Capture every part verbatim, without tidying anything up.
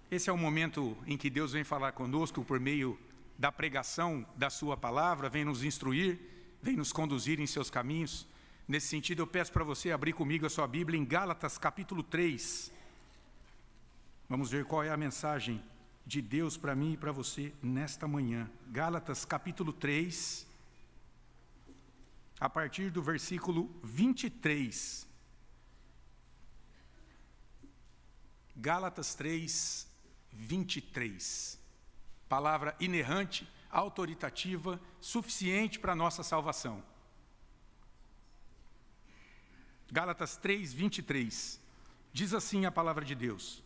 Esse é o momento em que Deus vem falar conosco por meio da pregação da sua palavra, vem nos instruir, vem nos conduzir em seus caminhos. Nesse sentido, eu peço para você abrir comigo a sua Bíblia em Gálatas capítulo três. Vamos ver qual é a mensagem de Deus para mim e para você nesta manhã. Gálatas capítulo três, a partir do versículo vinte e três. Gálatas três, vinte e três. Palavra inerrante, autoritativa, suficiente para a nossa salvação. Gálatas três, vinte e três. Diz assim a palavra de Deus: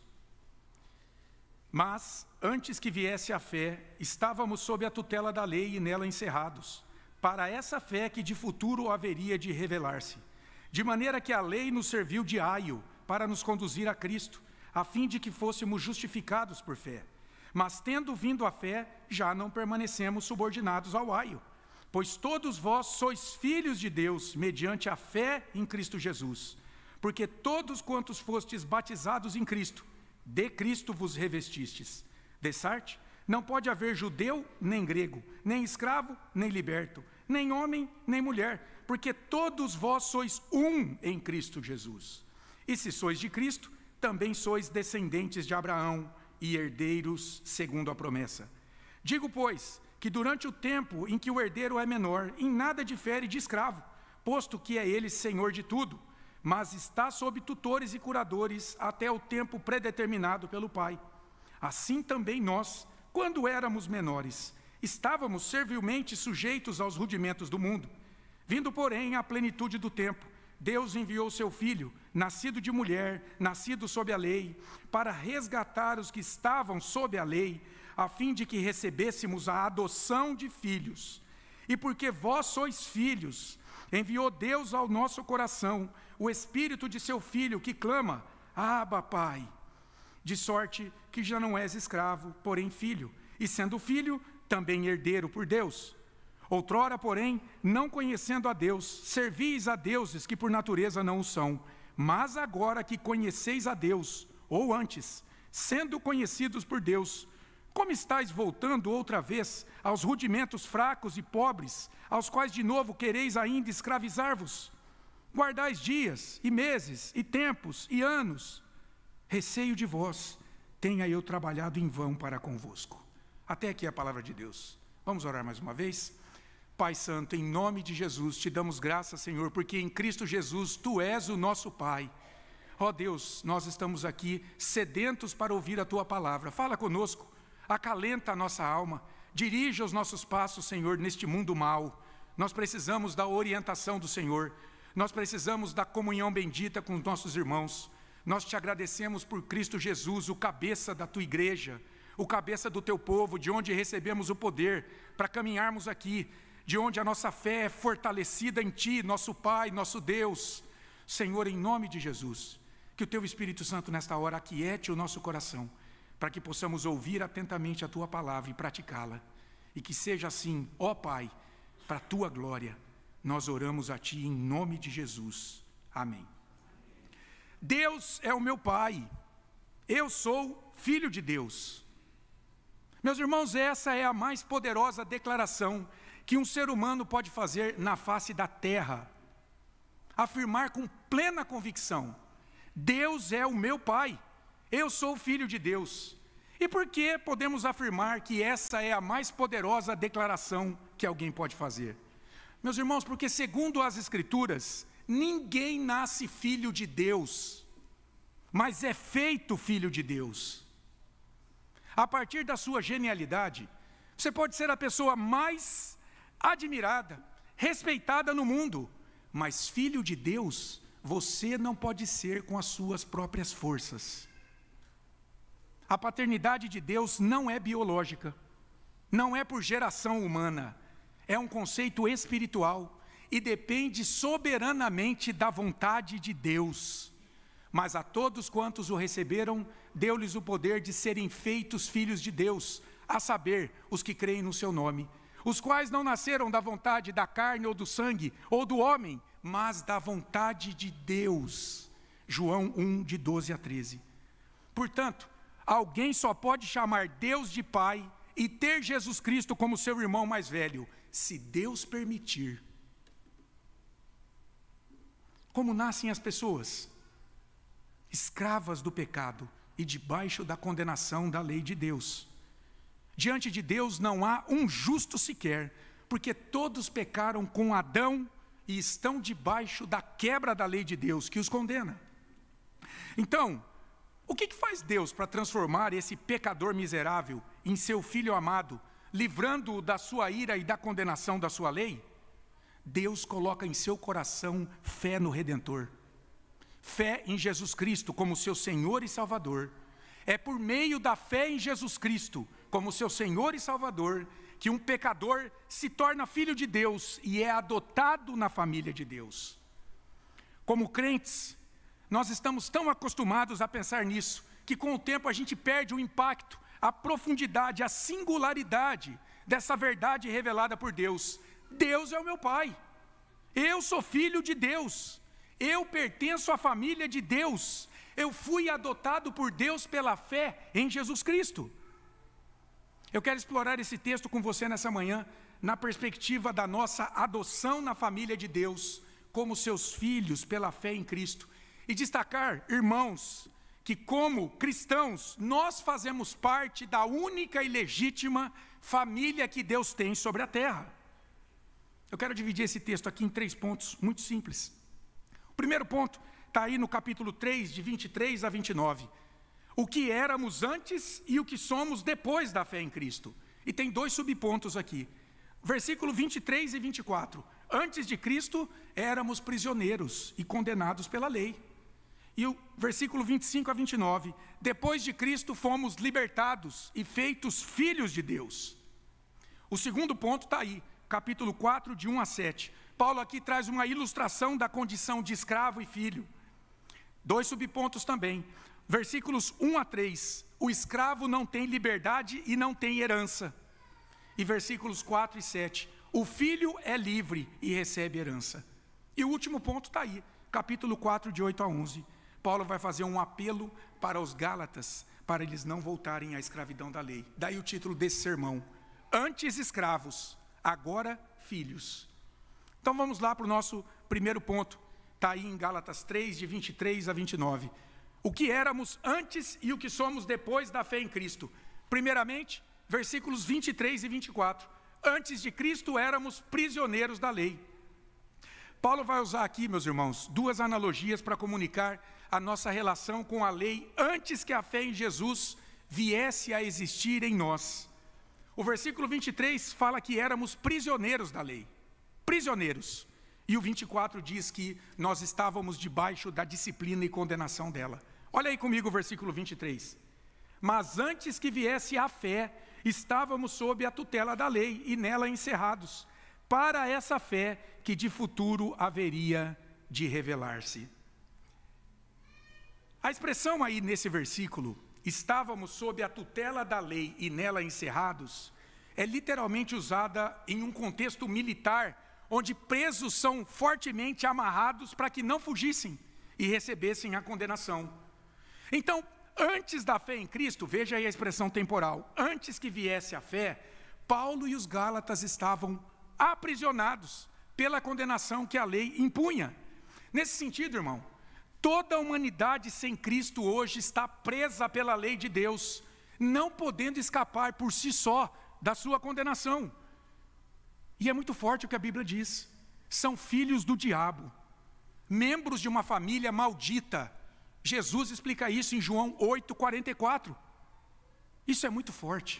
Mas, antes que viesse a fé, estávamos sob a tutela da lei e nela encerrados, para essa fé que de futuro haveria de revelar-se. De maneira que a lei nos serviu de aio para nos conduzir a Cristo, a fim de que fôssemos justificados por fé. Mas, tendo vindo a fé, já não permanecemos subordinados ao aio. Pois todos vós sois filhos de Deus, mediante a fé em Cristo Jesus. Porque todos quantos fostes batizados em Cristo, de Cristo vos revestistes. Dessarte, não pode haver judeu nem grego, nem escravo nem liberto, nem homem nem mulher, porque todos vós sois um em Cristo Jesus. E se sois de Cristo, também sois descendentes de Abraão e herdeiros segundo a promessa. Digo, pois, que durante o tempo em que o herdeiro é menor, em nada difere de escravo, posto que é ele senhor de tudo, mas está sob tutores e curadores até o tempo predeterminado pelo Pai. Assim também nós, quando éramos menores, estávamos servilmente sujeitos aos rudimentos do mundo. Vindo, porém, à plenitude do tempo, Deus enviou seu Filho, nascido de mulher, nascido sob a lei, para resgatar os que estavam sob a lei, a fim de que recebêssemos a adoção de filhos. E porque vós sois filhos, enviou Deus ao nosso coração o Espírito de seu Filho, que clama: Abba, Pai. De sorte que já não és escravo, porém filho, e sendo filho, também herdeiro por Deus. Outrora, porém, não conhecendo a Deus, servis a deuses que por natureza não o são. Mas agora que conheceis a Deus, ou antes, sendo conhecidos por Deus, como estáis voltando outra vez aos rudimentos fracos e pobres, aos quais de novo quereis ainda escravizar-vos? Guardais dias, e meses, e tempos, e anos. Receio de vós, tenha eu trabalhado em vão para convosco. Até aqui a palavra de Deus. Vamos orar mais uma vez? Pai Santo, em nome de Jesus, te damos graças, Senhor, porque em Cristo Jesus, Tu és o nosso Pai. Ó Deus, nós estamos aqui sedentos para ouvir a Tua palavra. Fala conosco, acalenta a nossa alma, dirija os nossos passos, Senhor, neste mundo mau. Nós precisamos da orientação do Senhor, nós precisamos da comunhão bendita com os nossos irmãos. Nós te agradecemos por Cristo Jesus, o cabeça da Tua igreja, o cabeça do Teu povo, de onde recebemos o poder para caminharmos aqui, de onde a nossa fé é fortalecida em Ti, nosso Pai, nosso Deus. Senhor, em nome de Jesus, que o Teu Espírito Santo nesta hora aquiete o nosso coração, para que possamos ouvir atentamente a Tua palavra e praticá-la, e que seja assim, ó Pai, para a Tua glória. Nós oramos a Ti em nome de Jesus. Amém. Deus é o meu Pai, eu sou filho de Deus. Meus irmãos, essa é a mais poderosa declaração que um ser humano pode fazer na face da terra. Afirmar com plena convicção: Deus é o meu Pai, eu sou filho de Deus. E por que podemos afirmar que essa é a mais poderosa declaração que alguém pode fazer? Meus irmãos, porque segundo as Escrituras, ninguém nasce filho de Deus, mas é feito filho de Deus. A partir da sua genialidade, você pode ser a pessoa mais admirada, respeitada no mundo, mas filho de Deus, você não pode ser com as suas próprias forças. A paternidade de Deus não é biológica, não é por geração humana, é um conceito espiritual e depende soberanamente da vontade de Deus. Mas a todos quantos o receberam, deu-lhes o poder de serem feitos filhos de Deus, a saber, os que creem no seu nome, os quais não nasceram da vontade da carne ou do sangue ou do homem, mas da vontade de Deus. João um, de doze a treze. Portanto, alguém só pode chamar Deus de Pai e ter Jesus Cristo como seu irmão mais velho, se Deus permitir. Como nascem as pessoas? Escravas do pecado e debaixo da condenação da lei de Deus. Diante de Deus não há um justo sequer, porque todos pecaram com Adão e estão debaixo da quebra da lei de Deus, que os condena. Então, o que que faz Deus para transformar esse pecador miserável em seu filho amado, livrando-o da sua ira e da condenação da sua lei? Deus coloca em seu coração fé no Redentor, fé em Jesus Cristo como seu Senhor e Salvador. É por meio da fé em Jesus Cristo como seu Senhor e Salvador que um pecador se torna filho de Deus e é adotado na família de Deus. Como crentes, nós estamos tão acostumados a pensar nisso, que com o tempo a gente perde o impacto, a profundidade, a singularidade dessa verdade revelada por Deus. Deus é o meu Pai, eu sou filho de Deus, eu pertenço à família de Deus, eu fui adotado por Deus pela fé em Jesus Cristo. Eu quero explorar esse texto com você nessa manhã, na perspectiva da nossa adoção na família de Deus, como seus filhos pela fé em Cristo, e destacar, irmãos, que como cristãos, nós fazemos parte da única e legítima família que Deus tem sobre a terra. Eu quero dividir esse texto aqui em três pontos, muito simples. O primeiro ponto está aí no capítulo três, de vinte e três a vinte e nove. O que éramos antes e o que somos depois da fé em Cristo. E tem dois subpontos aqui. Versículo vinte e três e vinte e quatro. Antes de Cristo, éramos prisioneiros e condenados pela lei. E o versículo vinte e cinco a vinte e nove. Depois de Cristo, fomos libertados e feitos filhos de Deus. O segundo ponto está aí. Capítulo quatro, de um a sete. Paulo aqui traz uma ilustração da condição de escravo e filho. Dois subpontos também. Versículos um a três. O escravo não tem liberdade e não tem herança. E versículos quatro e sete. O filho é livre e recebe herança. E o último ponto está aí. Capítulo quatro, de oito a onze. Paulo vai fazer um apelo para os Gálatas, para eles não voltarem à escravidão da lei. Daí o título desse sermão. Antes escravos, agora filhos. Então vamos lá para o nosso primeiro ponto. Está aí em Gálatas três, de vinte e três a vinte e nove. O que éramos antes e o que somos depois da fé em Cristo. Primeiramente, versículos vinte e três e vinte e quatro. Antes de Cristo éramos prisioneiros da lei. Paulo vai usar aqui, meus irmãos, duas analogias para comunicar a nossa relação com a lei antes que a fé em Jesus viesse a existir em nós. O versículo vinte e três fala que éramos prisioneiros da lei. Prisioneiros. E o vinte e quatro diz que nós estávamos debaixo da disciplina e condenação dela. Olha aí comigo o versículo vinte e três. Mas antes que viesse a fé, estávamos sob a tutela da lei e nela encerrados, para essa fé que de futuro haveria de revelar-se. A expressão aí nesse versículo, estávamos sob a tutela da lei e nela encerrados, é literalmente usada em um contexto militar, onde presos são fortemente amarrados para que não fugissem e recebessem a condenação. Então, antes da fé em Cristo, veja aí a expressão temporal, antes que viesse a fé, Paulo e os Gálatas estavam aprisionados pela condenação que a lei impunha. Nesse sentido, irmão, toda a humanidade sem Cristo hoje está presa pela lei de Deus, não podendo escapar por si só da sua condenação. E é muito forte o que a Bíblia diz. São filhos do diabo, membros de uma família maldita. Jesus explica isso em João oito, quarenta e quatro. Isso é muito forte.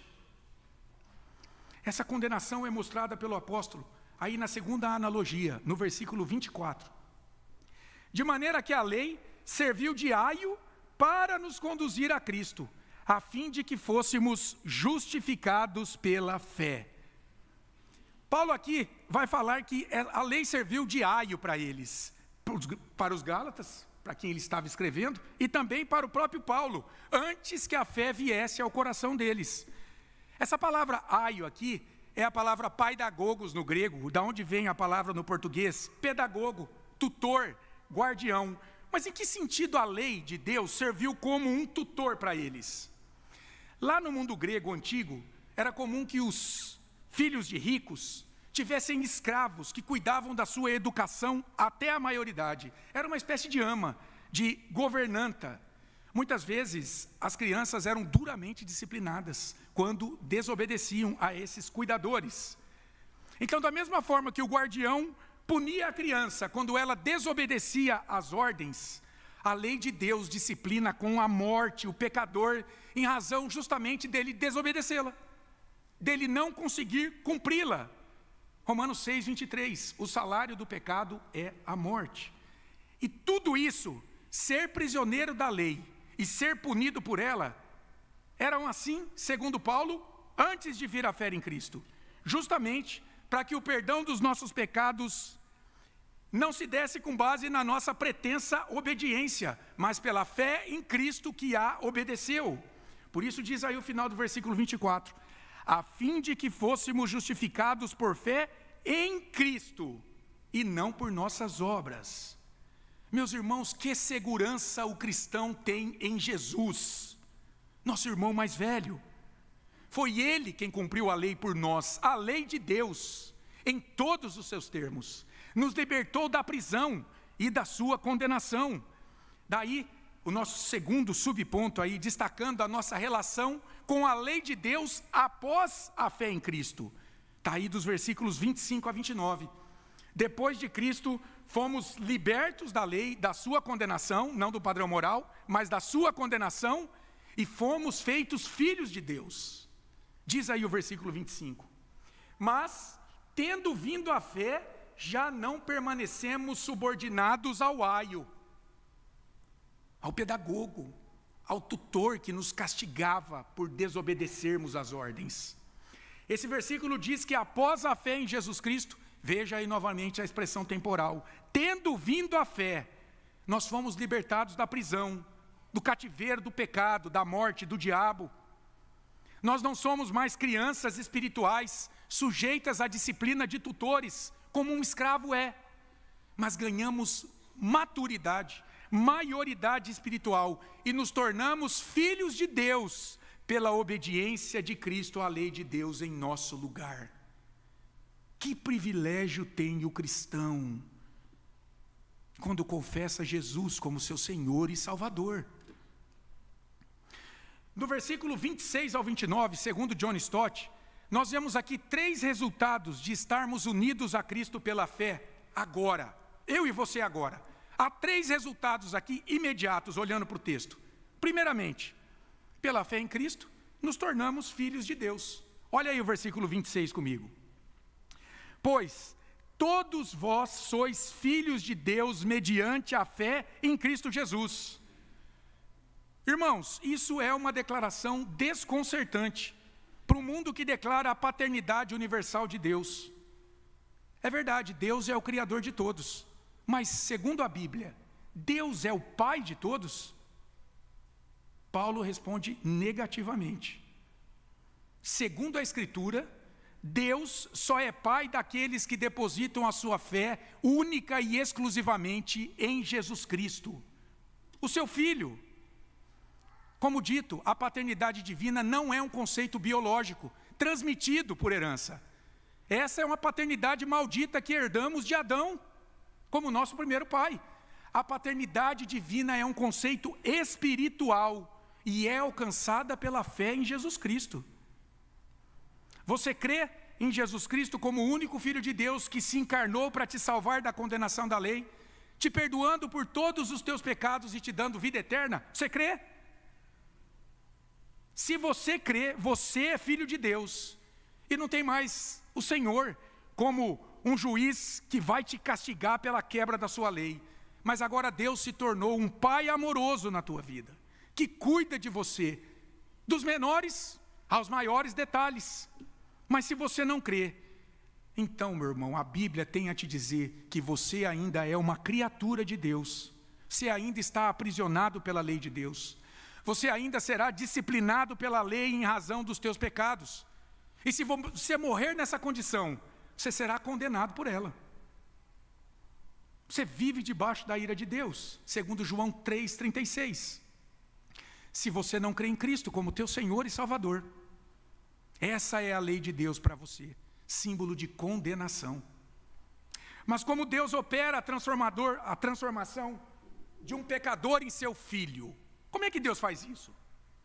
Essa condenação é mostrada pelo apóstolo aí na segunda analogia, no versículo vinte e quatro. De maneira que a lei serviu de aio para nos conduzir a Cristo, a fim de que fôssemos justificados pela fé. Paulo aqui vai falar que a lei serviu de aio para eles, para os Gálatas, para quem ele estava escrevendo, e também para o próprio Paulo, antes que a fé viesse ao coração deles. Essa palavra aio aqui é a palavra paidagogos no grego, da onde vem a palavra no português, pedagogo, tutor, guardião. Mas em que sentido a lei de Deus serviu como um tutor para eles? Lá no mundo grego antigo, era comum que os filhos de ricos tivessem escravos que cuidavam da sua educação até a maioridade. Era uma espécie de ama, de governanta. Muitas vezes, as crianças eram duramente disciplinadas quando desobedeciam a esses cuidadores. Então, da mesma forma que o guardião punia a criança quando ela desobedecia às ordens, a lei de Deus disciplina com a morte o pecador em razão justamente dele desobedecê-la, dele não conseguir cumpri-la. Romanos seis, vinte e três, o salário do pecado é a morte. E tudo isso, ser prisioneiro da lei e ser punido por ela, eram assim, segundo Paulo, antes de vir a fé em Cristo, justamente para que o perdão dos nossos pecados não se desse com base na nossa pretensa obediência, mas pela fé em Cristo que a obedeceu. Por isso diz aí o final do versículo vinte e quatro, a fim de que fôssemos justificados por fé em Cristo, e não por nossas obras. Meus irmãos, que segurança o cristão tem em Jesus, nosso irmão mais velho. Foi Ele quem cumpriu a lei por nós, a lei de Deus, em todos os seus termos. Nos libertou da prisão e da sua condenação. Daí, o nosso segundo subponto aí, destacando a nossa relação com a lei de Deus após a fé em Cristo. Está aí dos versículos vinte e cinco a vinte e nove. Depois de Cristo, fomos libertos da lei, da sua condenação, não do padrão moral, mas da sua condenação, e fomos feitos filhos de Deus. Diz aí o versículo vinte e cinco. Mas, tendo vindo a fé, já não permanecemos subordinados ao aio, ao pedagogo, ao tutor que nos castigava por desobedecermos às ordens. Esse versículo diz que após a fé em Jesus Cristo, veja aí novamente a expressão temporal, tendo vindo a fé, nós fomos libertados da prisão, do cativeiro do pecado, da morte, do diabo. Nós não somos mais crianças espirituais, sujeitas à disciplina de tutores, como um escravo é, mas ganhamos maturidade, maioridade espiritual e nos tornamos filhos de Deus pela obediência de Cristo à lei de Deus em nosso lugar. Que privilégio tem o cristão quando confessa Jesus como seu Senhor e Salvador. No versículo vinte e seis ao vinte e nove, segundo John Stott, nós vemos aqui três resultados de estarmos unidos a Cristo pela fé agora, eu e você agora. Há três resultados aqui imediatos, olhando para o texto. Primeiramente, pela fé em Cristo, nos tornamos filhos de Deus. Olha aí o versículo vinte e seis comigo. Pois todos vós sois filhos de Deus mediante a fé em Cristo Jesus. Irmãos, isso é uma declaração desconcertante para um mundo que declara a paternidade universal de Deus. É verdade, Deus é o Criador de todos, mas segundo a Bíblia, Deus é o Pai de todos? Paulo responde negativamente. Segundo a Escritura, Deus só é Pai daqueles que depositam a sua fé única e exclusivamente em Jesus Cristo, o seu Filho. Como dito, a paternidade divina não é um conceito biológico, transmitido por herança. Essa é uma paternidade maldita que herdamos de Adão, como nosso primeiro pai. A paternidade divina é um conceito espiritual e é alcançada pela fé em Jesus Cristo. Você crê em Jesus Cristo como o único Filho de Deus que se encarnou para te salvar da condenação da lei, te perdoando por todos os teus pecados e te dando vida eterna? Você crê? Se você crê, você é filho de Deus, e não tem mais o Senhor como um juiz que vai te castigar pela quebra da sua lei, mas agora Deus se tornou um Pai amoroso na tua vida, que cuida de você, dos menores aos maiores detalhes. Mas se você não crê, então, meu irmão, a Bíblia tem a te dizer que você ainda é uma criatura de Deus, você ainda está aprisionado pela lei de Deus, você ainda será disciplinado pela lei em razão dos teus pecados. E se você morrer nessa condição, você será condenado por ela. Você vive debaixo da ira de Deus, segundo João três, trinta e seis. se você não crê em Cristo como teu Senhor e Salvador. Essa é a lei de Deus para você, símbolo de condenação. Mas como Deus opera a, transformador, a transformação de um pecador em seu filho? Como é que Deus faz isso?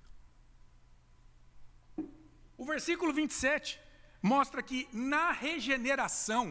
O versículo vinte e sete mostra que na regeneração,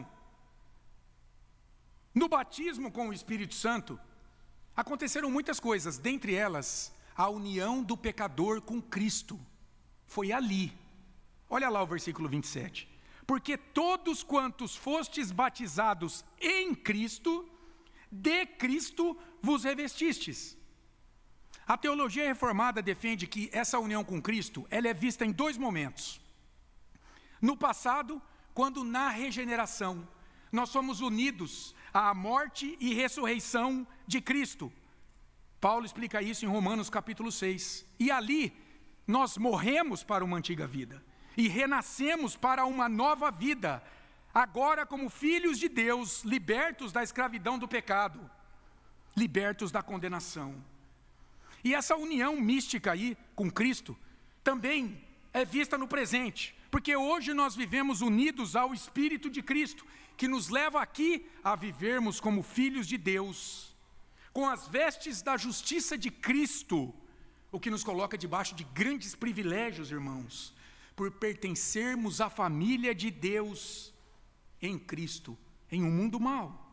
no batismo com o Espírito Santo, aconteceram muitas coisas, dentre elas, a união do pecador com Cristo. Foi ali. Olha lá o versículo vinte e sete. Porque todos quantos fostes batizados em Cristo, de Cristo vos revestistes. A teologia reformada defende que essa união com Cristo, ela é vista em dois momentos. No passado, quando na regeneração, nós somos unidos à morte e ressurreição de Cristo. Paulo explica isso em Romanos capítulo seis. E ali, nós morremos para uma antiga vida e renascemos para uma nova vida, agora como filhos de Deus, libertos da escravidão do pecado, libertos da condenação. E essa união mística aí com Cristo também é vista no presente, porque hoje nós vivemos unidos ao Espírito de Cristo, que nos leva aqui a vivermos como filhos de Deus, com as vestes da justiça de Cristo, o que nos coloca debaixo de grandes privilégios, irmãos, por pertencermos à família de Deus em Cristo, em um mundo mau.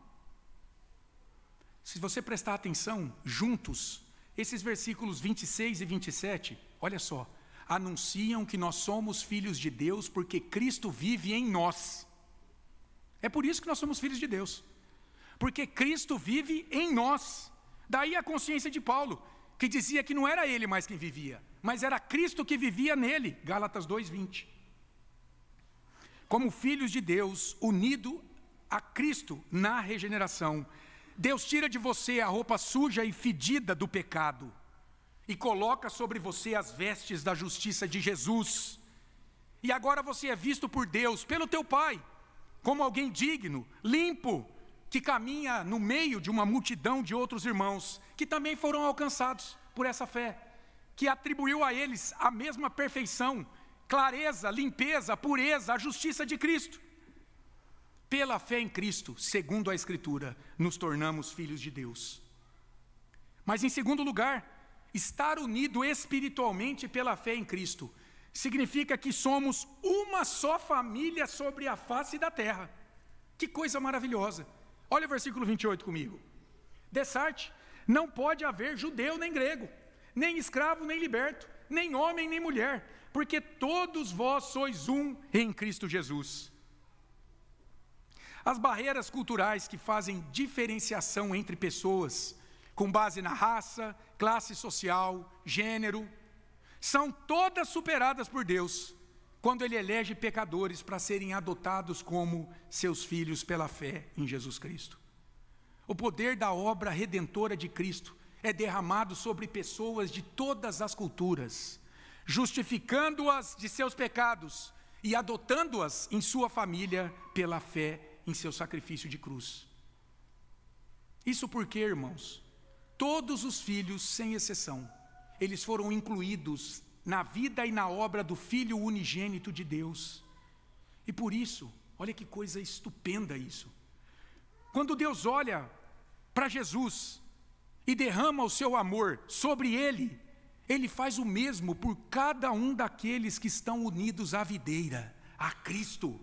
Se você prestar atenção, juntos, esses versículos vinte e seis e vinte e sete, olha só, anunciam que nós somos filhos de Deus porque Cristo vive em nós. É por isso que nós somos filhos de Deus, porque Cristo vive em nós. Daí a consciência de Paulo, que dizia que não era ele mais quem vivia, mas era Cristo que vivia nele, Gálatas dois, vinte. Como filhos de Deus, unido a Cristo na regeneração, Deus tira de você a roupa suja e fedida do pecado e coloca sobre você as vestes da justiça de Jesus. E agora você é visto por Deus, pelo teu Pai, como alguém digno, limpo, que caminha no meio de uma multidão de outros irmãos que também foram alcançados por essa fé, que atribuiu a eles a mesma perfeição, clareza, limpeza, pureza, a justiça de Cristo. Pela fé em Cristo, segundo a Escritura, nos tornamos filhos de Deus. Mas em segundo lugar, estar unido espiritualmente pela fé em Cristo significa que somos uma só família sobre a face da terra. Que coisa maravilhosa! Olha o versículo vinte e oito comigo. Dessarte, não pode haver judeu nem grego, nem escravo nem liberto, nem homem nem mulher, porque todos vós sois um em Cristo Jesus. As barreiras culturais que fazem diferenciação entre pessoas, com base na raça, classe social, gênero, são todas superadas por Deus, quando Ele elege pecadores para serem adotados como seus filhos pela fé em Jesus Cristo. O poder da obra redentora de Cristo é derramado sobre pessoas de todas as culturas, justificando-as de seus pecados e adotando-as em sua família pela fé em seu sacrifício de cruz. Isso porque, irmãos, todos os filhos, sem exceção, eles foram incluídos na vida e na obra do Filho unigênito de Deus. E por isso, olha que coisa estupenda isso. Quando Deus olha para Jesus e derrama o seu amor sobre ele, ele faz o mesmo por cada um daqueles que estão unidos à videira, a Cristo.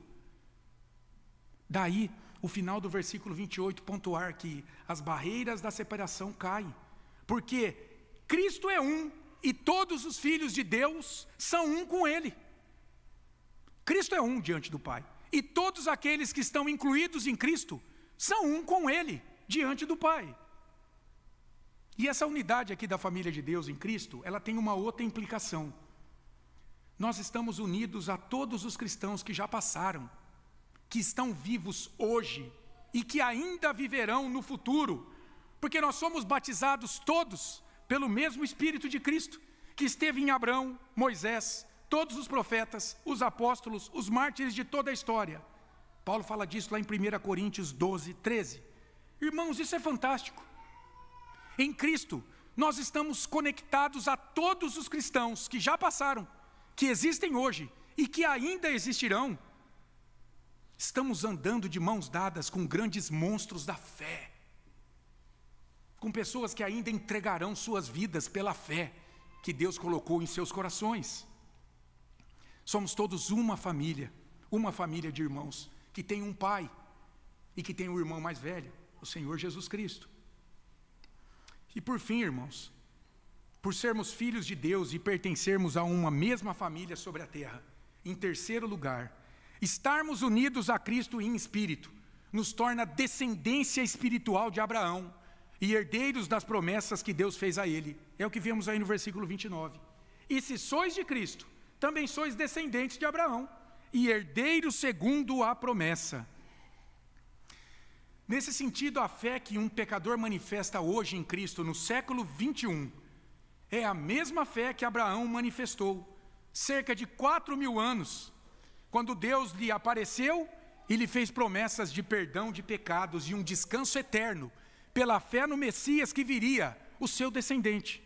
Daí, o final do versículo vinte e oito pontuar que as barreiras da separação caem, porque Cristo é um e todos os filhos de Deus são um com Ele. Cristo é um diante do Pai, e todos aqueles que estão incluídos em Cristo são um com Ele diante do Pai. E essa unidade aqui da família de Deus em Cristo, ela tem uma outra implicação. Nós estamos unidos a todos os cristãos que já passaram, que estão vivos hoje e que ainda viverão no futuro, porque nós somos batizados todos pelo mesmo Espírito de Cristo, que esteve em Abraão, Moisés, todos os profetas, os apóstolos, os mártires de toda a história. Paulo fala disso lá em primeira Coríntios doze, treze. Irmãos, isso é fantástico. Em Cristo, nós estamos conectados a todos os cristãos que já passaram, que existem hoje e que ainda existirão. Estamos andando de mãos dadas com grandes monstros da fé, com pessoas que ainda entregarão suas vidas pela fé que Deus colocou em seus corações. Somos todos uma família, uma família de irmãos, que tem um pai e que tem um irmão mais velho, o Senhor Jesus Cristo. E por fim, irmãos, por sermos filhos de Deus e pertencermos a uma mesma família sobre a terra, em terceiro lugar, estarmos unidos a Cristo em espírito, nos torna descendência espiritual de Abraão e herdeiros das promessas que Deus fez a ele. É o que vemos aí no versículo vinte e nove. E se sois de Cristo, também sois descendentes de Abraão e herdeiros segundo a promessa. Nesse sentido, a fé que um pecador manifesta hoje em Cristo no século vinte e um é a mesma fé que Abraão manifestou cerca de quatro mil anos, quando Deus lhe apareceu e lhe fez promessas de perdão de pecados e um descanso eterno pela fé no Messias que viria, o seu descendente.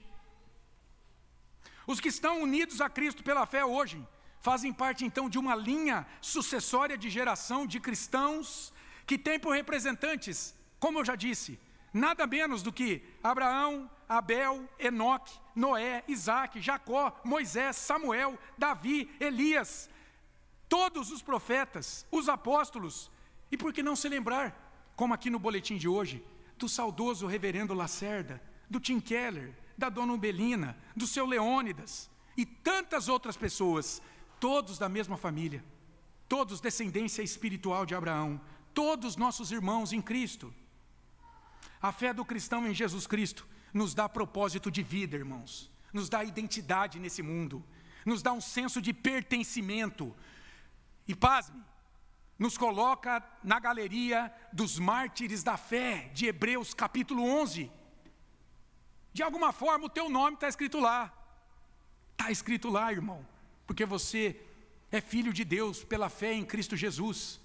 Os que estão unidos a Cristo pela fé hoje fazem parte então de uma linha sucessória de geração de cristãos que tem por representantes, como eu já disse, nada menos do que Abraão, Abel, Enoque, Noé, Isaac, Jacó, Moisés, Samuel, Davi, Elias, todos os profetas, os apóstolos, e por que não se lembrar, como aqui no boletim de hoje, do saudoso reverendo Lacerda, do Tim Keller, da dona Umbelina, do seu Leônidas, e tantas outras pessoas, todos da mesma família, todos descendência espiritual de Abraão, todos nossos irmãos em Cristo. A fé do cristão em Jesus Cristo nos dá propósito de vida, irmãos, nos dá identidade nesse mundo, nos dá um senso de pertencimento, e pasme, nos coloca na galeria dos mártires da fé, de Hebreus capítulo onze. De alguma forma o teu nome está escrito lá, está escrito lá, irmão, porque você é filho de Deus pela fé em Cristo Jesus.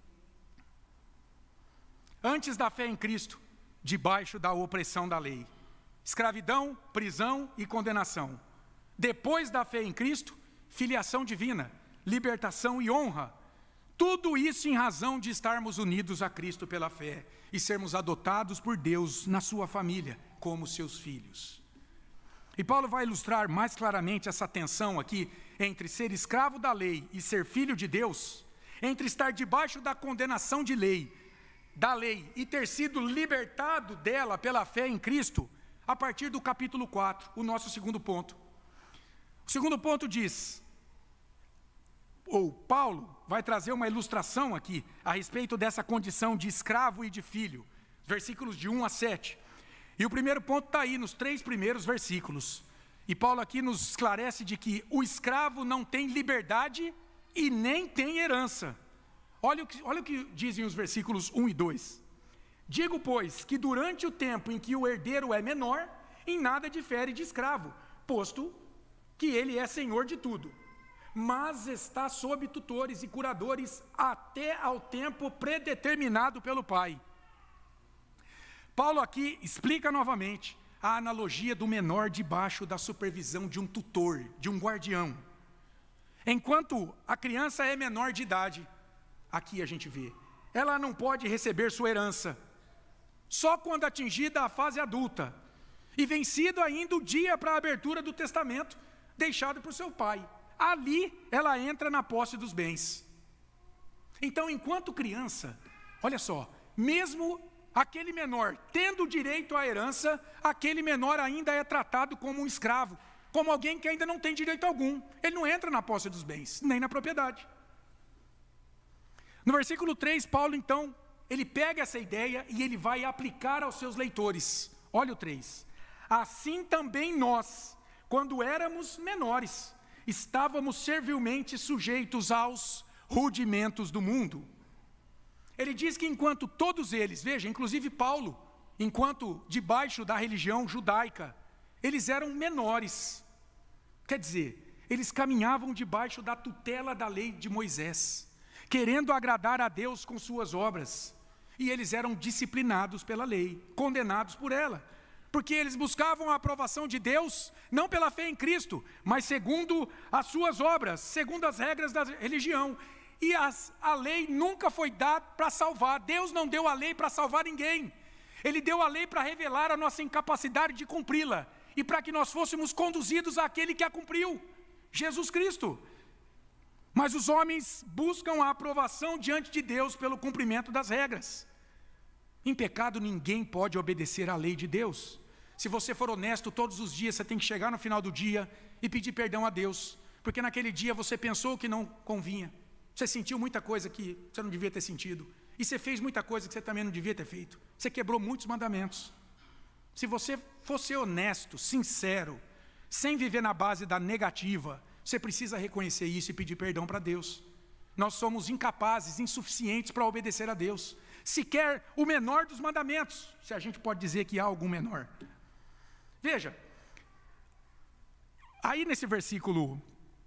Antes da fé em Cristo, debaixo da opressão da lei, escravidão, prisão e condenação. Depois da fé em Cristo, filiação divina, libertação e honra. Tudo isso em razão de estarmos unidos a Cristo pela fé e sermos adotados por Deus na sua família, como seus filhos. E Paulo vai ilustrar mais claramente essa tensão aqui entre ser escravo da lei e ser filho de Deus, entre estar debaixo da condenação de lei, da lei e ter sido libertado dela pela fé em Cristo, a partir do capítulo quatro, o nosso segundo ponto. O segundo ponto diz, ou Paulo vai trazer uma ilustração aqui a respeito dessa condição de escravo e de filho, versículos de um a sete. E o primeiro ponto está aí nos três primeiros versículos. E Paulo aqui nos esclarece de que o escravo não tem liberdade e nem tem herança. Olha o que, olha o que dizem os versículos um e dois. Digo, pois, que durante o tempo em que o herdeiro é menor, em nada difere de escravo, posto que ele é senhor de tudo, mas está sob tutores e curadores até ao tempo predeterminado pelo pai. Paulo aqui explica novamente a analogia do menor debaixo da supervisão de um tutor, de um guardião. Enquanto a criança é menor de idade, aqui a gente vê, ela não pode receber sua herança, só quando atingida a fase adulta, e vencido ainda o dia para a abertura do testamento, deixado por seu pai. Ali ela entra na posse dos bens. Então, enquanto criança, olha só, mesmo aquele menor tendo direito à herança, aquele menor ainda é tratado como um escravo, como alguém que ainda não tem direito algum. Ele não entra na posse dos bens, nem na propriedade. No versículo três, Paulo então, ele pega essa ideia e ele vai aplicar aos seus leitores. Olha o três. Assim também nós, quando éramos menores, estávamos servilmente sujeitos aos rudimentos do mundo. Ele diz que enquanto todos eles, veja, inclusive Paulo, enquanto debaixo da religião judaica, eles eram menores. Quer dizer, eles caminhavam debaixo da tutela da lei de Moisés, querendo agradar a Deus com suas obras. E eles eram disciplinados pela lei, condenados por ela, porque eles buscavam a aprovação de Deus, não pela fé em Cristo, mas segundo as suas obras, segundo as regras da religião. E as, a lei nunca foi dada para salvar. Deus não deu a lei para salvar ninguém. Ele deu a lei para revelar a nossa incapacidade de cumpri-la, e para que nós fôssemos conduzidos àquele que a cumpriu, Jesus Cristo. Mas os homens buscam a aprovação diante de Deus pelo cumprimento das regras. Em pecado ninguém pode obedecer à lei de Deus. Se você for honesto todos os dias, você tem que chegar no final do dia e pedir perdão a Deus, porque naquele dia você pensou que não convinha, você sentiu muita coisa que você não devia ter sentido, e você fez muita coisa que você também não devia ter feito, você quebrou muitos mandamentos. Se você fosse honesto, sincero, sem viver na base da negativa, você precisa reconhecer isso e pedir perdão para Deus. Nós somos incapazes, insuficientes para obedecer a Deus, sequer o menor dos mandamentos, se a gente pode dizer que há algum menor. Veja, aí nesse versículo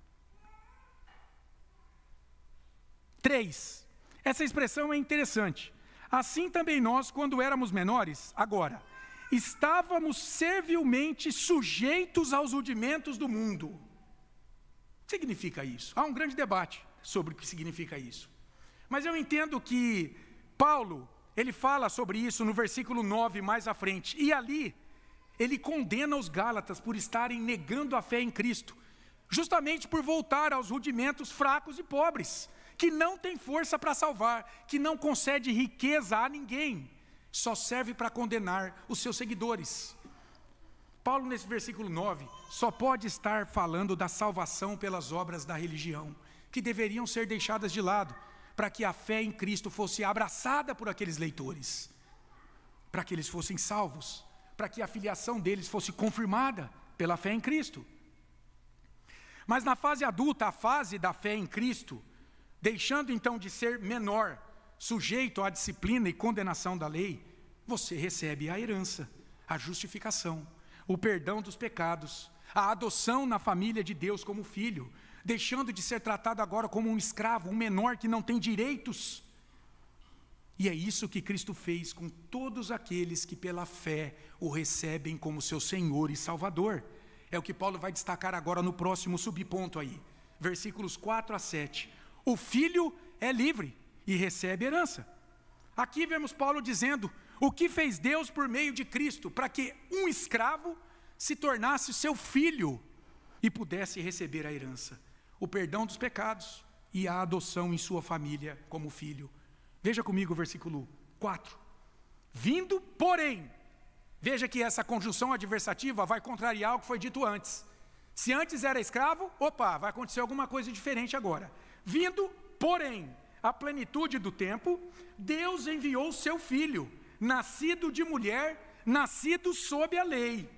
três, essa expressão é interessante. Assim também nós, quando éramos menores, agora, estávamos servilmente sujeitos aos rudimentos do mundo. O que significa isso? Há um grande debate sobre o que significa isso. Mas eu entendo que Paulo, ele fala sobre isso no versículo nove mais à frente, e ali ele condena os Gálatas por estarem negando a fé em Cristo, justamente por voltar aos rudimentos fracos e pobres, que não tem força para salvar, que não concede riqueza a ninguém, só serve para condenar os seus seguidores. Paulo, nesse versículo nove, só pode estar falando da salvação pelas obras da religião, que deveriam ser deixadas de lado, para que a fé em Cristo fosse abraçada por aqueles leitores, para que eles fossem salvos, para que a filiação deles fosse confirmada pela fé em Cristo. Mas na fase adulta, a fase da fé em Cristo, deixando então de ser menor, sujeito à disciplina e condenação da lei, você recebe a herança, a justificação, o perdão dos pecados, a adoção na família de Deus como filho, deixando de ser tratado agora como um escravo, um menor que não tem direitos. E é isso que Cristo fez com todos aqueles que pela fé o recebem como seu Senhor e Salvador. É o que Paulo vai destacar agora no próximo subponto aí, versículos quatro a sete. O filho é livre e recebe herança. Aqui vemos Paulo dizendo o que fez Deus por meio de Cristo, para que um escravo se tornasse seu filho e pudesse receber a herança, o perdão dos pecados e a adoção em sua família como filho. Veja comigo o versículo quatro. Vindo, porém, veja que essa conjunção adversativa vai contrariar o que foi dito antes. Se antes era escravo, opa, vai acontecer alguma coisa diferente agora. Vindo, porém, a plenitude do tempo, Deus enviou seu filho, nascido de mulher, nascido sob a lei.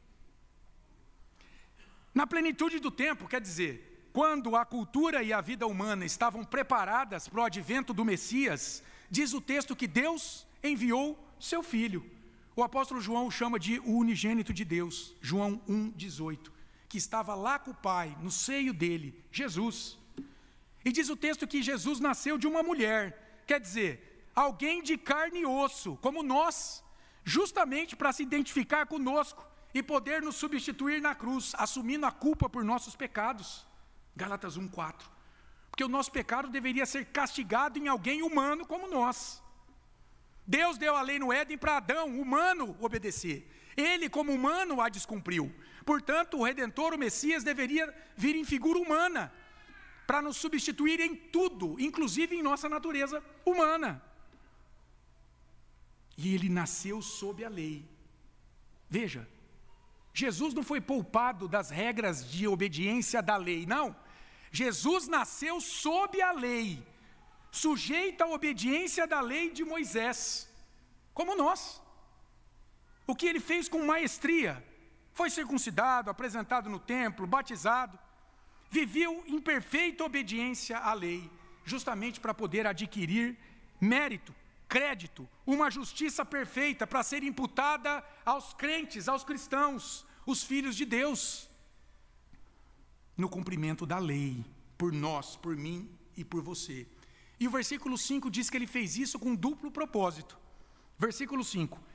Na plenitude do tempo, quer dizer, quando a cultura e a vida humana estavam preparadas para o advento do Messias, diz o texto que Deus enviou seu filho. O apóstolo João o chama de o unigênito de Deus, João um, dezoito, que estava lá com o Pai, no seio dele, Jesus. E diz o texto que Jesus nasceu de uma mulher, quer dizer, alguém de carne e osso, como nós, justamente para se identificar conosco e poder nos substituir na cruz, assumindo a culpa por nossos pecados. Gálatas um, quatro. Porque o nosso pecado deveria ser castigado em alguém humano como nós. Deus deu a lei no Éden para Adão, humano, obedecer. Ele, como humano, a descumpriu. Portanto, o Redentor, o Messias, deveria vir em figura humana, para nos substituir em tudo, inclusive em nossa natureza humana. E ele nasceu sob a lei. Veja, Jesus não foi poupado das regras de obediência da lei, não. Jesus nasceu sob a lei, sujeito à obediência da lei de Moisés, como nós. O que ele fez com maestria, foi circuncidado, apresentado no templo, batizado, viveu em perfeita obediência à lei, justamente para poder adquirir mérito, crédito, uma justiça perfeita para ser imputada aos crentes, aos cristãos, os filhos de Deus, no cumprimento da lei, por nós, por mim e por você. E o versículo cinco diz que ele fez isso com duplo propósito. Versículo cinco.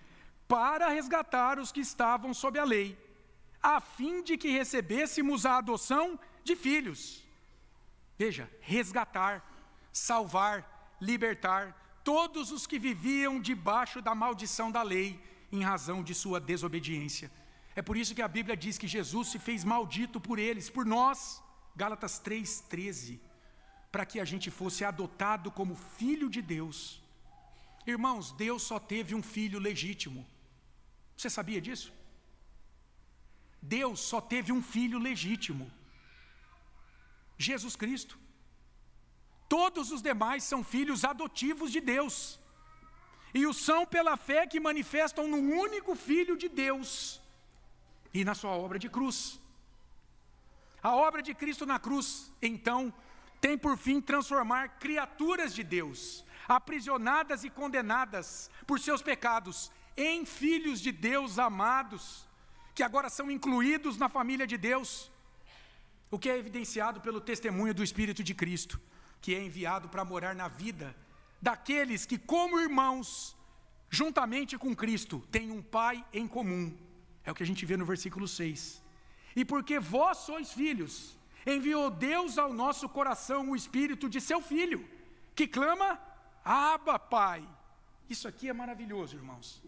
para resgatar os que estavam sob a lei, a fim de que recebêssemos a adoção de filhos. Veja, resgatar, salvar, libertar todos os que viviam debaixo da maldição da lei, em razão de sua desobediência. É por isso que a Bíblia diz que Jesus se fez maldito por eles, por nós, Gálatas três, treze, para que a gente fosse adotado como filho de Deus. Irmãos, Deus só teve um filho legítimo. Você sabia disso? Deus só teve um filho legítimo, Jesus Cristo. Todos os demais são filhos adotivos de Deus, e o são pela fé que manifestam no único Filho de Deus e na sua obra de cruz. A obra de Cristo na cruz, então, tem por fim transformar criaturas de Deus, aprisionadas e condenadas por seus pecados, em filhos de Deus amados, que agora são incluídos na família de Deus, o que é evidenciado pelo testemunho do Espírito de Cristo, que é enviado para morar na vida daqueles que, como irmãos, juntamente com Cristo, têm um Pai em comum. É o que a gente vê no versículo seis. E porque vós sois filhos, enviou Deus ao nosso coração o Espírito de seu Filho, que clama, Abba, Pai. Isso aqui é maravilhoso, irmãos.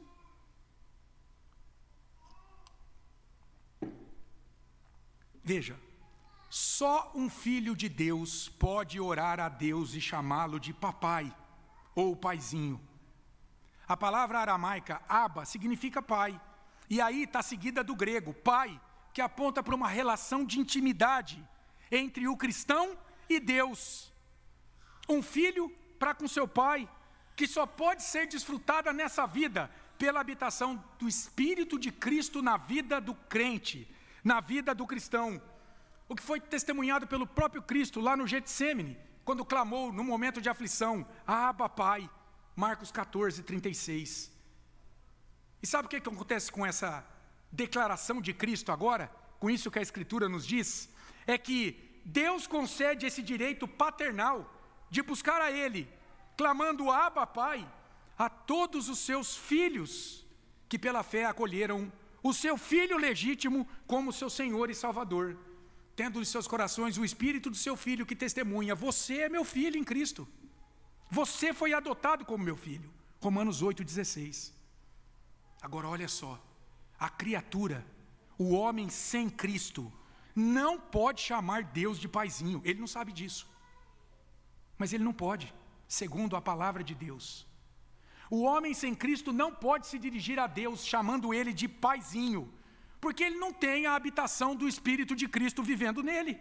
Veja, só um filho de Deus pode orar a Deus e chamá-lo de papai ou paizinho. A palavra aramaica, Abba, significa pai. E aí está seguida do grego, pai, que aponta para uma relação de intimidade entre o cristão e Deus. Um filho para com seu pai, que só pode ser desfrutada nessa vida pela habitação do Espírito de Cristo na vida do crente, na vida do cristão. O que foi testemunhado pelo próprio Cristo lá no Getsêmani, quando clamou no momento de aflição, Abba, Pai, Marcos catorze, trinta e seis. E sabe o que acontece com essa declaração de Cristo agora? Com isso que a Escritura nos diz, é que Deus concede esse direito paternal de buscar a Ele, clamando Abba, Pai, a todos os seus filhos que pela fé acolheram o seu Filho legítimo como seu Senhor e Salvador, tendo em seus corações o Espírito do seu Filho que testemunha, você é meu filho em Cristo, você foi adotado como meu filho, Romanos oito, dezesseis. Agora olha só, a criatura, o homem sem Cristo, não pode chamar Deus de paizinho, ele não sabe disso, mas ele não pode, segundo a palavra de Deus. O homem sem Cristo não pode se dirigir a Deus chamando ele de paizinho, porque ele não tem a habitação do Espírito de Cristo vivendo nele.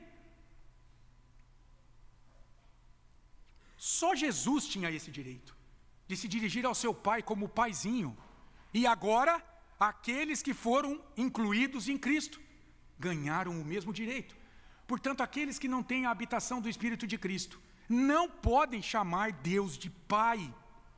Só Jesus tinha esse direito, de se dirigir ao seu pai como paizinho, e agora, aqueles que foram incluídos em Cristo, ganharam o mesmo direito. Portanto, aqueles que não têm a habitação do Espírito de Cristo, não podem chamar Deus de Pai.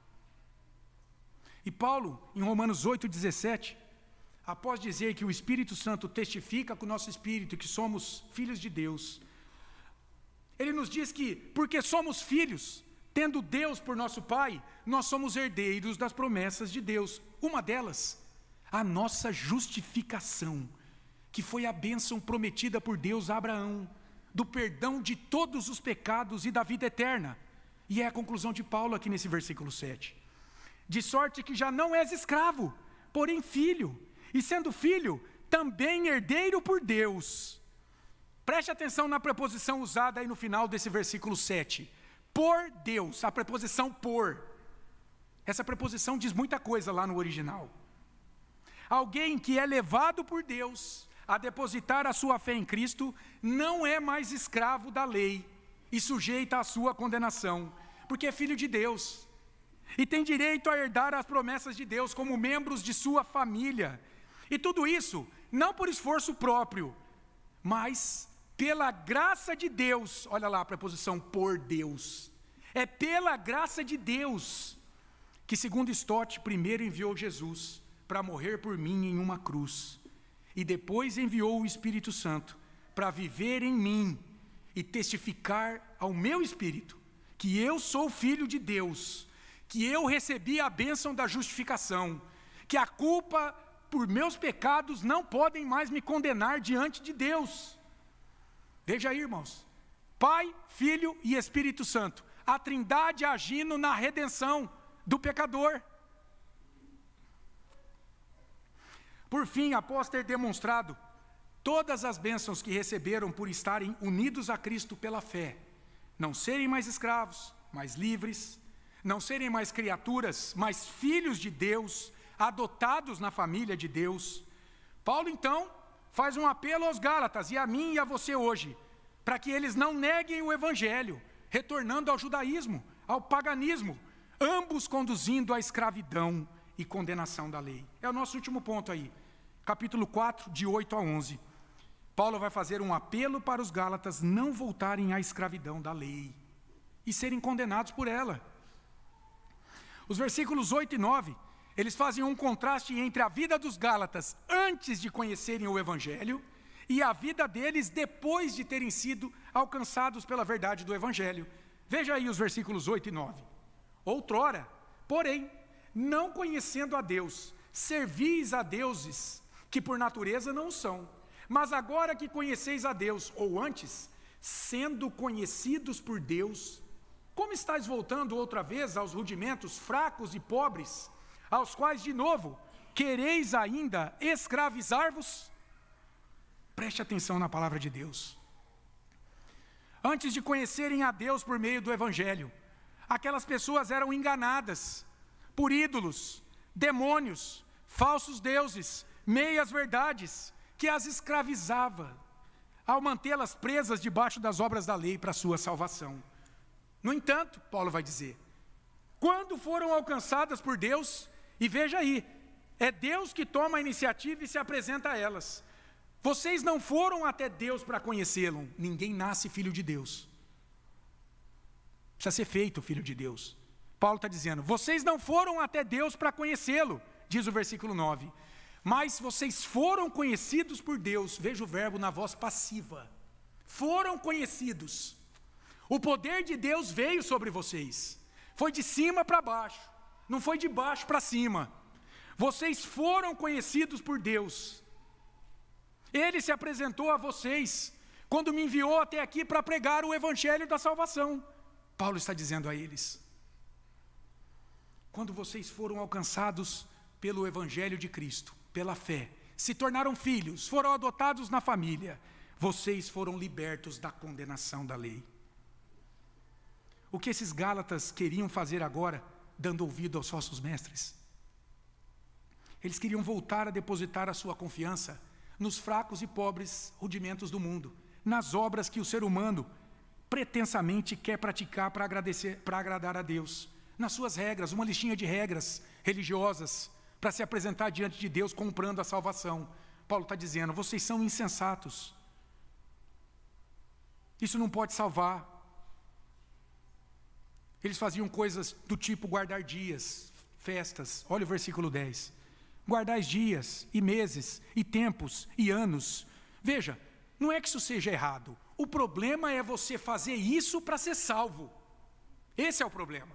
E Paulo, em Romanos oito, dezessete, após dizer que o Espírito Santo testifica com o nosso espírito que somos filhos de Deus, ele nos diz que, porque somos filhos, tendo Deus por nosso Pai, nós somos herdeiros das promessas de Deus. Uma delas, a nossa justificação, que foi a bênção prometida por Deus a Abraão, do perdão de todos os pecados e da vida eterna. E é a conclusão de Paulo aqui nesse versículo sete. De sorte que já não és escravo, porém filho, e sendo filho, também herdeiro por Deus. Preste atenção na preposição usada aí no final desse versículo sete. Por Deus, a preposição por. Essa preposição diz muita coisa lá no original. Alguém que é levado por Deus a depositar a sua fé em Cristo, não é mais escravo da lei e sujeita à sua condenação, porque é filho de Deus. E tem direito a herdar as promessas de Deus como membros de sua família. E tudo isso, não por esforço próprio, mas pela graça de Deus. Olha lá a preposição por Deus. É pela graça de Deus que, segundo Stott, primeiro enviou Jesus para morrer por mim em uma cruz. E depois enviou o Espírito Santo para viver em mim e testificar ao meu espírito que eu sou filho de Deus, que eu recebi a bênção da justificação, que a culpa por meus pecados não podem mais me condenar diante de Deus. Veja aí, irmãos, Pai, Filho e Espírito Santo, a Trindade agindo na redenção do pecador. Por fim, após ter demonstrado todas as bênçãos que receberam por estarem unidos a Cristo pela fé, não serem mais escravos, mais livres, não serem mais criaturas, mas filhos de Deus, adotados na família de Deus, Paulo então faz um apelo aos Gálatas e a mim e a você hoje, para que eles não neguem o Evangelho, retornando ao judaísmo, ao paganismo, ambos conduzindo à escravidão e condenação da lei. É o nosso último ponto aí, capítulo quatro, de oito a onze. Paulo vai fazer um apelo para os Gálatas não voltarem à escravidão da lei e serem condenados por ela. Os versículos oito e nove, eles fazem um contraste entre a vida dos Gálatas antes de conhecerem o Evangelho e a vida deles depois de terem sido alcançados pela verdade do Evangelho. Veja aí os versículos oito e nove. Outrora, porém, não conhecendo a Deus, servis a deuses que por natureza não são. Mas agora que conheceis a Deus, ou antes, sendo conhecidos por Deus, como estáis voltando outra vez aos rudimentos fracos e pobres, aos quais de novo quereis ainda escravizar-vos? Preste atenção na palavra de Deus. Antes de conhecerem a Deus por meio do Evangelho, aquelas pessoas eram enganadas por ídolos, demônios, falsos deuses, meias verdades, que as escravizava, ao mantê-las presas debaixo das obras da lei para a sua salvação. No entanto, Paulo vai dizer, quando foram alcançadas por Deus, e veja aí, é Deus que toma a iniciativa e se apresenta a elas. Vocês não foram até Deus para conhecê-lo, ninguém nasce filho de Deus. Precisa ser feito filho de Deus. Paulo está dizendo, vocês não foram até Deus para conhecê-lo, diz o versículo nove. Mas vocês foram conhecidos por Deus, veja o verbo na voz passiva, foram conhecidos, o poder de Deus veio sobre vocês, foi de cima para baixo, não foi de baixo para cima, vocês foram conhecidos por Deus, Ele se apresentou a vocês, quando me enviou até aqui para pregar o Evangelho da salvação. Paulo está dizendo a eles, quando vocês foram alcançados pelo Evangelho de Cristo, pela fé, se tornaram filhos, foram adotados na família, vocês foram libertos da condenação da lei. O que esses Gálatas queriam fazer agora, dando ouvido aos falsos mestres? Eles queriam voltar a depositar a sua confiança nos fracos e pobres rudimentos do mundo, nas obras que o ser humano pretensamente quer praticar para agradecer, para agradar a Deus, nas suas regras, uma listinha de regras religiosas, para se apresentar diante de Deus comprando a salvação. Paulo está dizendo, vocês são insensatos. Isso não pode salvar. Eles faziam coisas do tipo guardar dias, festas. Olha o versículo dez. Guardais dias, e meses, e tempos, e anos. Veja, não é que isso seja errado. O problema é você fazer isso para ser salvo. Esse é o problema.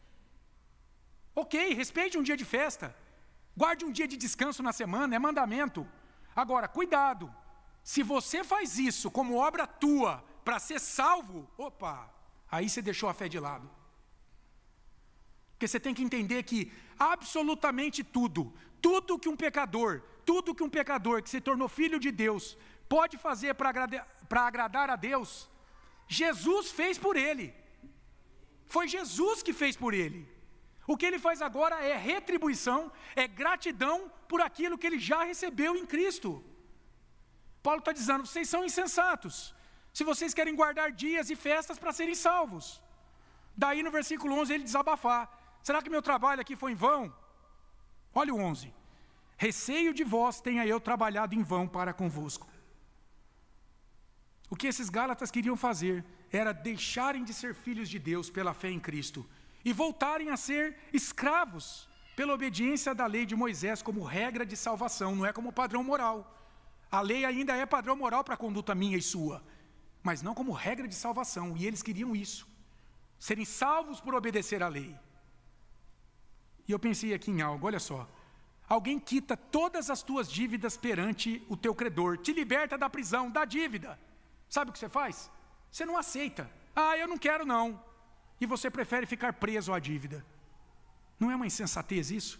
Ok, respeite um dia de festa. Guarde um dia de descanso na semana, é mandamento. Agora, cuidado, se você faz isso como obra tua, para ser salvo, opa, aí você deixou a fé de lado. Porque você tem que entender que absolutamente tudo, tudo que um pecador, tudo que um pecador que se tornou filho de Deus, pode fazer para agrada, para agradar a Deus, Jesus fez por ele. Foi Jesus que fez por ele. O que ele faz agora é retribuição, é gratidão por aquilo que ele já recebeu em Cristo. Paulo está dizendo, vocês são insensatos, se vocês querem guardar dias e festas para serem salvos. Daí no versículo onze ele desabafar, será que meu trabalho aqui foi em vão? Olha o onze, receio de vós tenha eu trabalhado em vão para convosco. O que esses Gálatas queriam fazer era deixarem de ser filhos de Deus pela fé em Cristo, e voltarem a ser escravos pela obediência da lei de Moisés como regra de salvação, não é como padrão moral. A lei ainda é padrão moral para a conduta minha e sua, mas não como regra de salvação, e eles queriam isso, serem salvos por obedecer à lei. E eu pensei aqui em algo, olha só, alguém quita todas as tuas dívidas perante o teu credor, te liberta da prisão, da dívida. Sabe o que você faz? Você não aceita. Ah, eu não quero não. E você prefere ficar preso à dívida. Não é uma insensatez isso?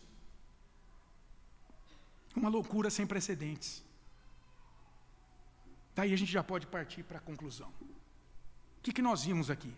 Uma loucura sem precedentes. Daí a gente já pode partir para a conclusão. O que, que nós vimos aqui?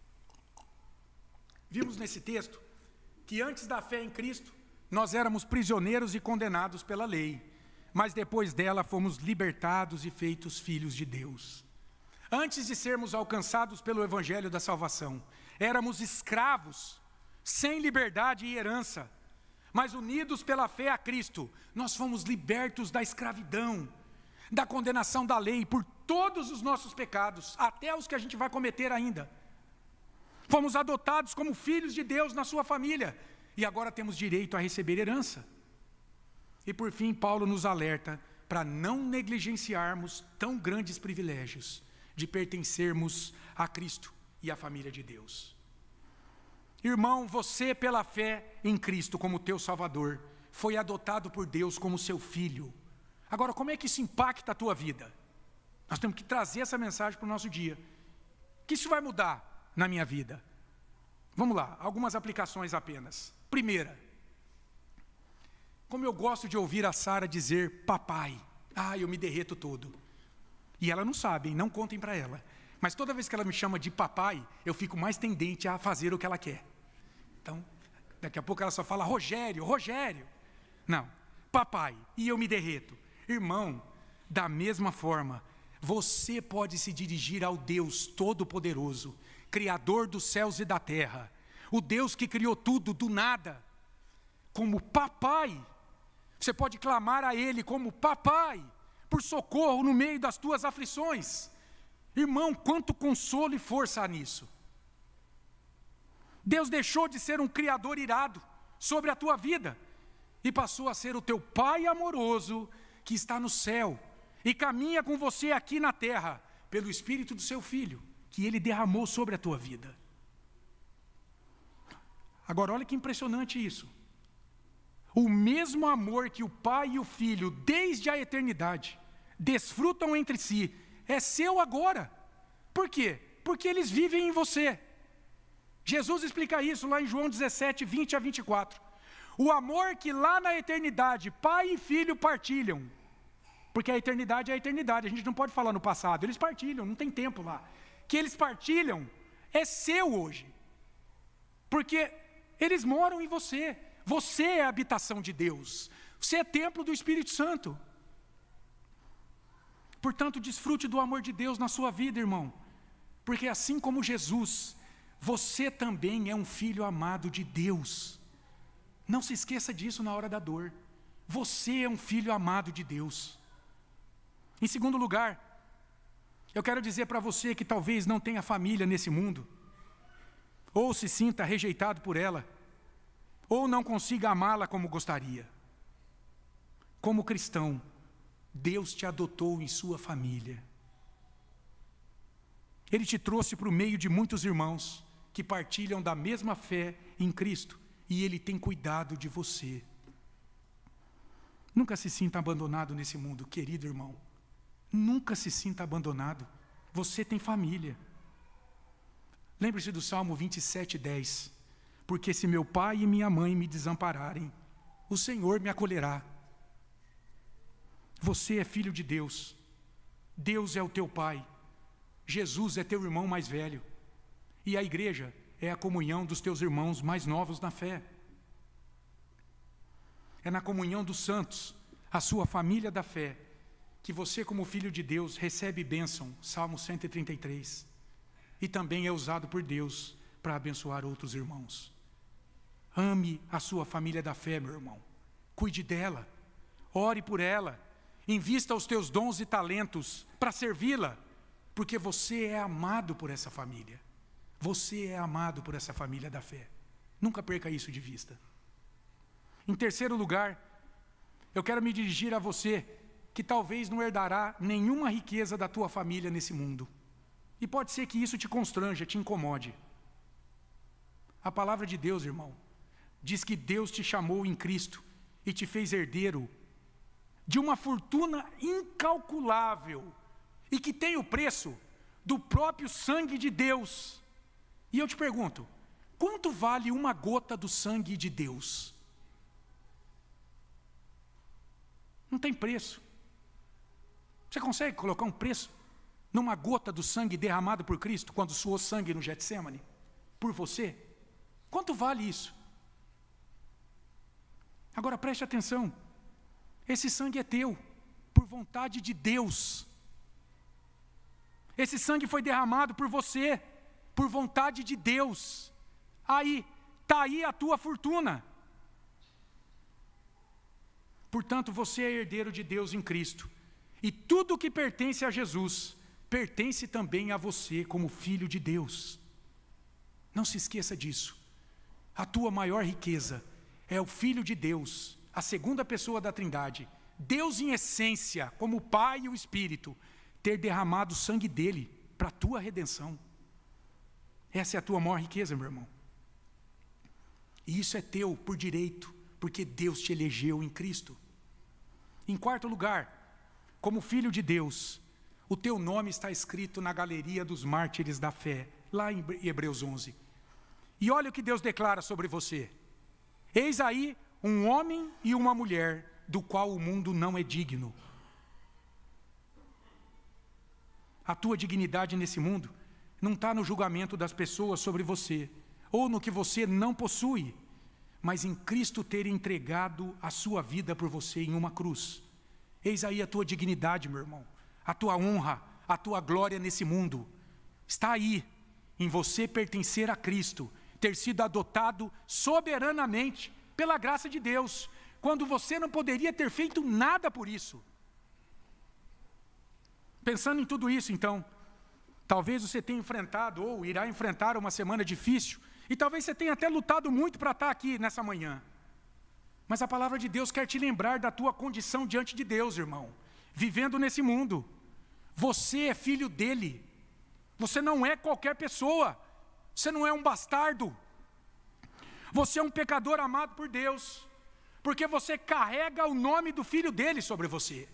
Vimos nesse texto que antes da fé em Cristo, nós éramos prisioneiros e condenados pela lei, mas depois dela fomos libertados e feitos filhos de Deus. Antes de sermos alcançados pelo Evangelho da salvação, éramos escravos, sem liberdade e herança, mas unidos pela fé a Cristo, nós fomos libertos da escravidão, da condenação da lei por todos os nossos pecados, até os que a gente vai cometer ainda. Fomos adotados como filhos de Deus na sua família, e agora temos direito a receber herança. E por fim, Paulo nos alerta para não negligenciarmos tão grandes privilégios de pertencermos a Cristo e à família de Deus. Irmão, você pela fé em Cristo como teu Salvador, foi adotado por Deus como seu filho. Agora, como é que isso impacta a tua vida? Nós temos que trazer essa mensagem para o nosso dia. O que isso vai mudar na minha vida? Vamos lá, algumas aplicações apenas. Primeira, como eu gosto de ouvir a Sara dizer papai, ah, eu me derreto todo. E ela não sabe, não contem para ela. Mas toda vez que ela me chama de papai, eu fico mais tendente a fazer o que ela quer. Então, daqui a pouco ela só fala Rogério, Rogério. Não, papai, e eu me derreto. Irmão, da mesma forma, você pode se dirigir ao Deus Todo-Poderoso, Criador dos céus e da terra, o Deus que criou tudo do nada, como papai. Você pode clamar a Ele como papai, por socorro no meio das tuas aflições. Irmão, quanto consolo e força há nisso. Deus deixou de ser um criador irado sobre a tua vida e passou a ser o teu pai amoroso que está no céu e caminha com você aqui na terra pelo Espírito do seu Filho, que Ele derramou sobre a tua vida. Agora, olha que impressionante isso. O mesmo amor que o Pai e o Filho, desde a eternidade, desfrutam entre si, é seu agora. Por quê? Porque eles vivem em você. Jesus explica isso lá em João dezessete, vinte a vinte e quatro. O amor que lá na eternidade Pai e Filho partilham, porque a eternidade é a eternidade, a gente não pode falar no passado, eles partilham, não tem tempo lá. Que eles partilham é seu hoje, porque eles moram em você. Você é a habitação de Deus, você é templo do Espírito Santo. Portanto, desfrute do amor de Deus na sua vida, irmão, porque assim como Jesus, você também é um filho amado de Deus. Não se esqueça disso na hora da dor. Você é um filho amado de Deus. Em segundo lugar, eu quero dizer para você que talvez não tenha família nesse mundo, ou se sinta rejeitado por ela, ou não consiga amá-la como gostaria. Como cristão, Deus te adotou em sua família. Ele te trouxe para o meio de muitos irmãos que partilham da mesma fé em Cristo, e Ele tem cuidado de você. Nunca se sinta abandonado nesse mundo, querido irmão. Nunca se sinta abandonado. Você tem família. Lembre-se do Salmo vinte e sete, dez. Porque se meu pai e minha mãe me desampararem, o Senhor me acolherá. Você é filho de Deus. Deus é o teu pai. Jesus é teu irmão mais velho. E a igreja é a comunhão dos teus irmãos mais novos na fé. É na comunhão dos santos, a sua família da fé, que você, como filho de Deus, recebe bênção, Salmo cento e trinta e três, e também é usado por Deus para abençoar outros irmãos. Ame a sua família da fé, meu irmão. Cuide dela, ore por ela, invista os teus dons e talentos para servi-la, porque você é amado por essa família. Você é amado por essa família da fé. Nunca perca isso de vista. Em terceiro lugar, eu quero me dirigir a você que talvez não herdará nenhuma riqueza da tua família nesse mundo. E pode ser que isso te constranja, te incomode. A palavra de Deus, irmão, diz que Deus te chamou em Cristo e te fez herdeiro de uma fortuna incalculável e que tem o preço do próprio sangue de Deus. E eu te pergunto, quanto vale uma gota do sangue de Deus? Não tem preço. Você consegue colocar um preço numa gota do sangue derramado por Cristo, quando suou sangue no Getsêmani, por você? Quanto vale isso? Agora preste atenção, esse sangue é teu, por vontade de Deus. Esse sangue foi derramado por você, por vontade de Deus. Aí, está aí a tua fortuna. Portanto, você é herdeiro de Deus em Cristo. E tudo que pertence a Jesus, pertence também a você como filho de Deus. Não se esqueça disso. A tua maior riqueza é o Filho de Deus, a segunda pessoa da Trindade, Deus em essência, como o Pai e o Espírito, ter derramado o sangue dele para a tua redenção. Essa é a tua maior riqueza, meu irmão. E isso é teu por direito, porque Deus te elegeu em Cristo. Em quarto lugar, como filho de Deus, o teu nome está escrito na galeria dos mártires da fé, lá em Hebreus onze. E olha o que Deus declara sobre você. Eis aí um homem e uma mulher, do qual o mundo não é digno. A tua dignidade nesse mundo não está no julgamento das pessoas sobre você, ou no que você não possui, mas em Cristo ter entregado a sua vida por você em uma cruz. Eis aí a tua dignidade, meu irmão, a tua honra, a tua glória nesse mundo. Está aí, em você pertencer a Cristo, ter sido adotado soberanamente pela graça de Deus, quando você não poderia ter feito nada por isso. Pensando em tudo isso, então, talvez você tenha enfrentado ou irá enfrentar uma semana difícil, e talvez você tenha até lutado muito para estar aqui nessa manhã. Mas a palavra de Deus quer te lembrar da tua condição diante de Deus, irmão, vivendo nesse mundo. Você é filho dele. Você não é qualquer pessoa. Você não é um bastardo. Você é um pecador amado por Deus, porque você carrega o nome do filho dele sobre você.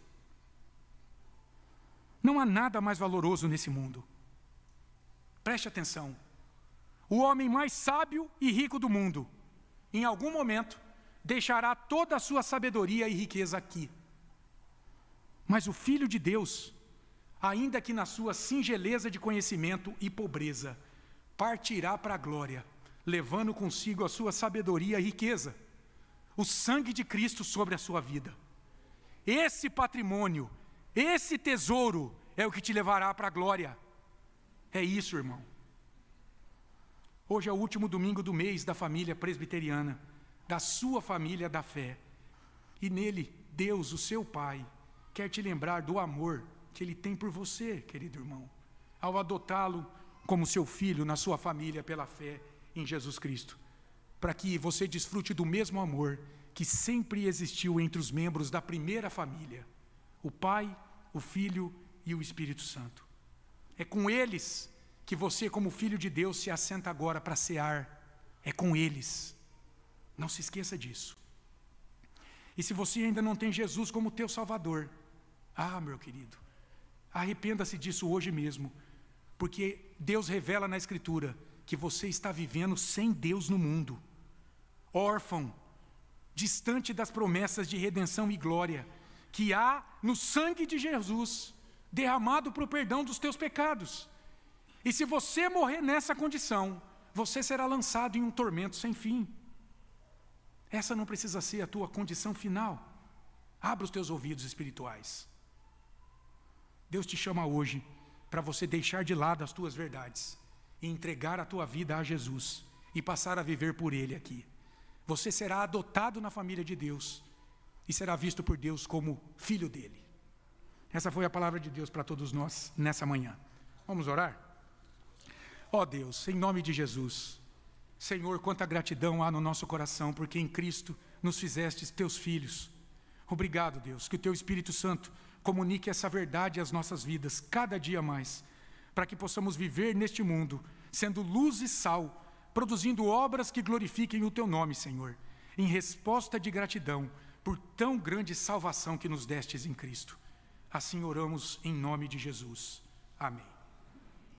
Não há nada mais valoroso nesse mundo. Preste atenção. O homem mais sábio e rico do mundo, em algum momento, deixará toda a sua sabedoria e riqueza aqui. Mas o Filho de Deus, ainda que na sua singeleza de conhecimento e pobreza, partirá para a glória, levando consigo a sua sabedoria e riqueza, o sangue de Cristo sobre a sua vida. Esse patrimônio, esse tesouro é o que te levará para a glória. É isso, irmão. Hoje é o último domingo do mês da família presbiteriana, da sua família da fé. E nele, Deus, o seu Pai, quer te lembrar do amor que Ele tem por você, querido irmão, ao adotá-lo como seu filho na sua família pela fé em Jesus Cristo, para que você desfrute do mesmo amor que sempre existiu entre os membros da primeira família, o Pai, o Filho e o Espírito Santo. É com eles que você, como filho de Deus, se assenta agora para cear. É com eles. Não se esqueça disso. E se você ainda não tem Jesus como teu Salvador, ah, meu querido, arrependa-se disso hoje mesmo, porque Deus revela na Escritura que você está vivendo sem Deus no mundo, órfão, distante das promessas de redenção e glória que há no sangue de Jesus, derramado para o perdão dos teus pecados. E se você morrer nessa condição, você será lançado em um tormento sem fim. Essa não precisa ser a tua condição final. Abra os teus ouvidos espirituais. Deus te chama hoje para você deixar de lado as tuas verdades e entregar a tua vida a Jesus e passar a viver por Ele aqui. Você será adotado na família de Deus e será visto por Deus como filho dele. Essa foi a palavra de Deus para todos nós nessa manhã. Vamos orar? Ó oh Deus, em nome de Jesus, Senhor, quanta gratidão há no nosso coração, porque em Cristo nos fizestes teus filhos. Obrigado, Deus, que o teu Espírito Santo comunique essa verdade às nossas vidas, cada dia mais, para que possamos viver neste mundo, sendo luz e sal, produzindo obras que glorifiquem o teu nome, Senhor, em resposta de gratidão por tão grande salvação que nos destes em Cristo. Assim oramos em nome de Jesus. Amém.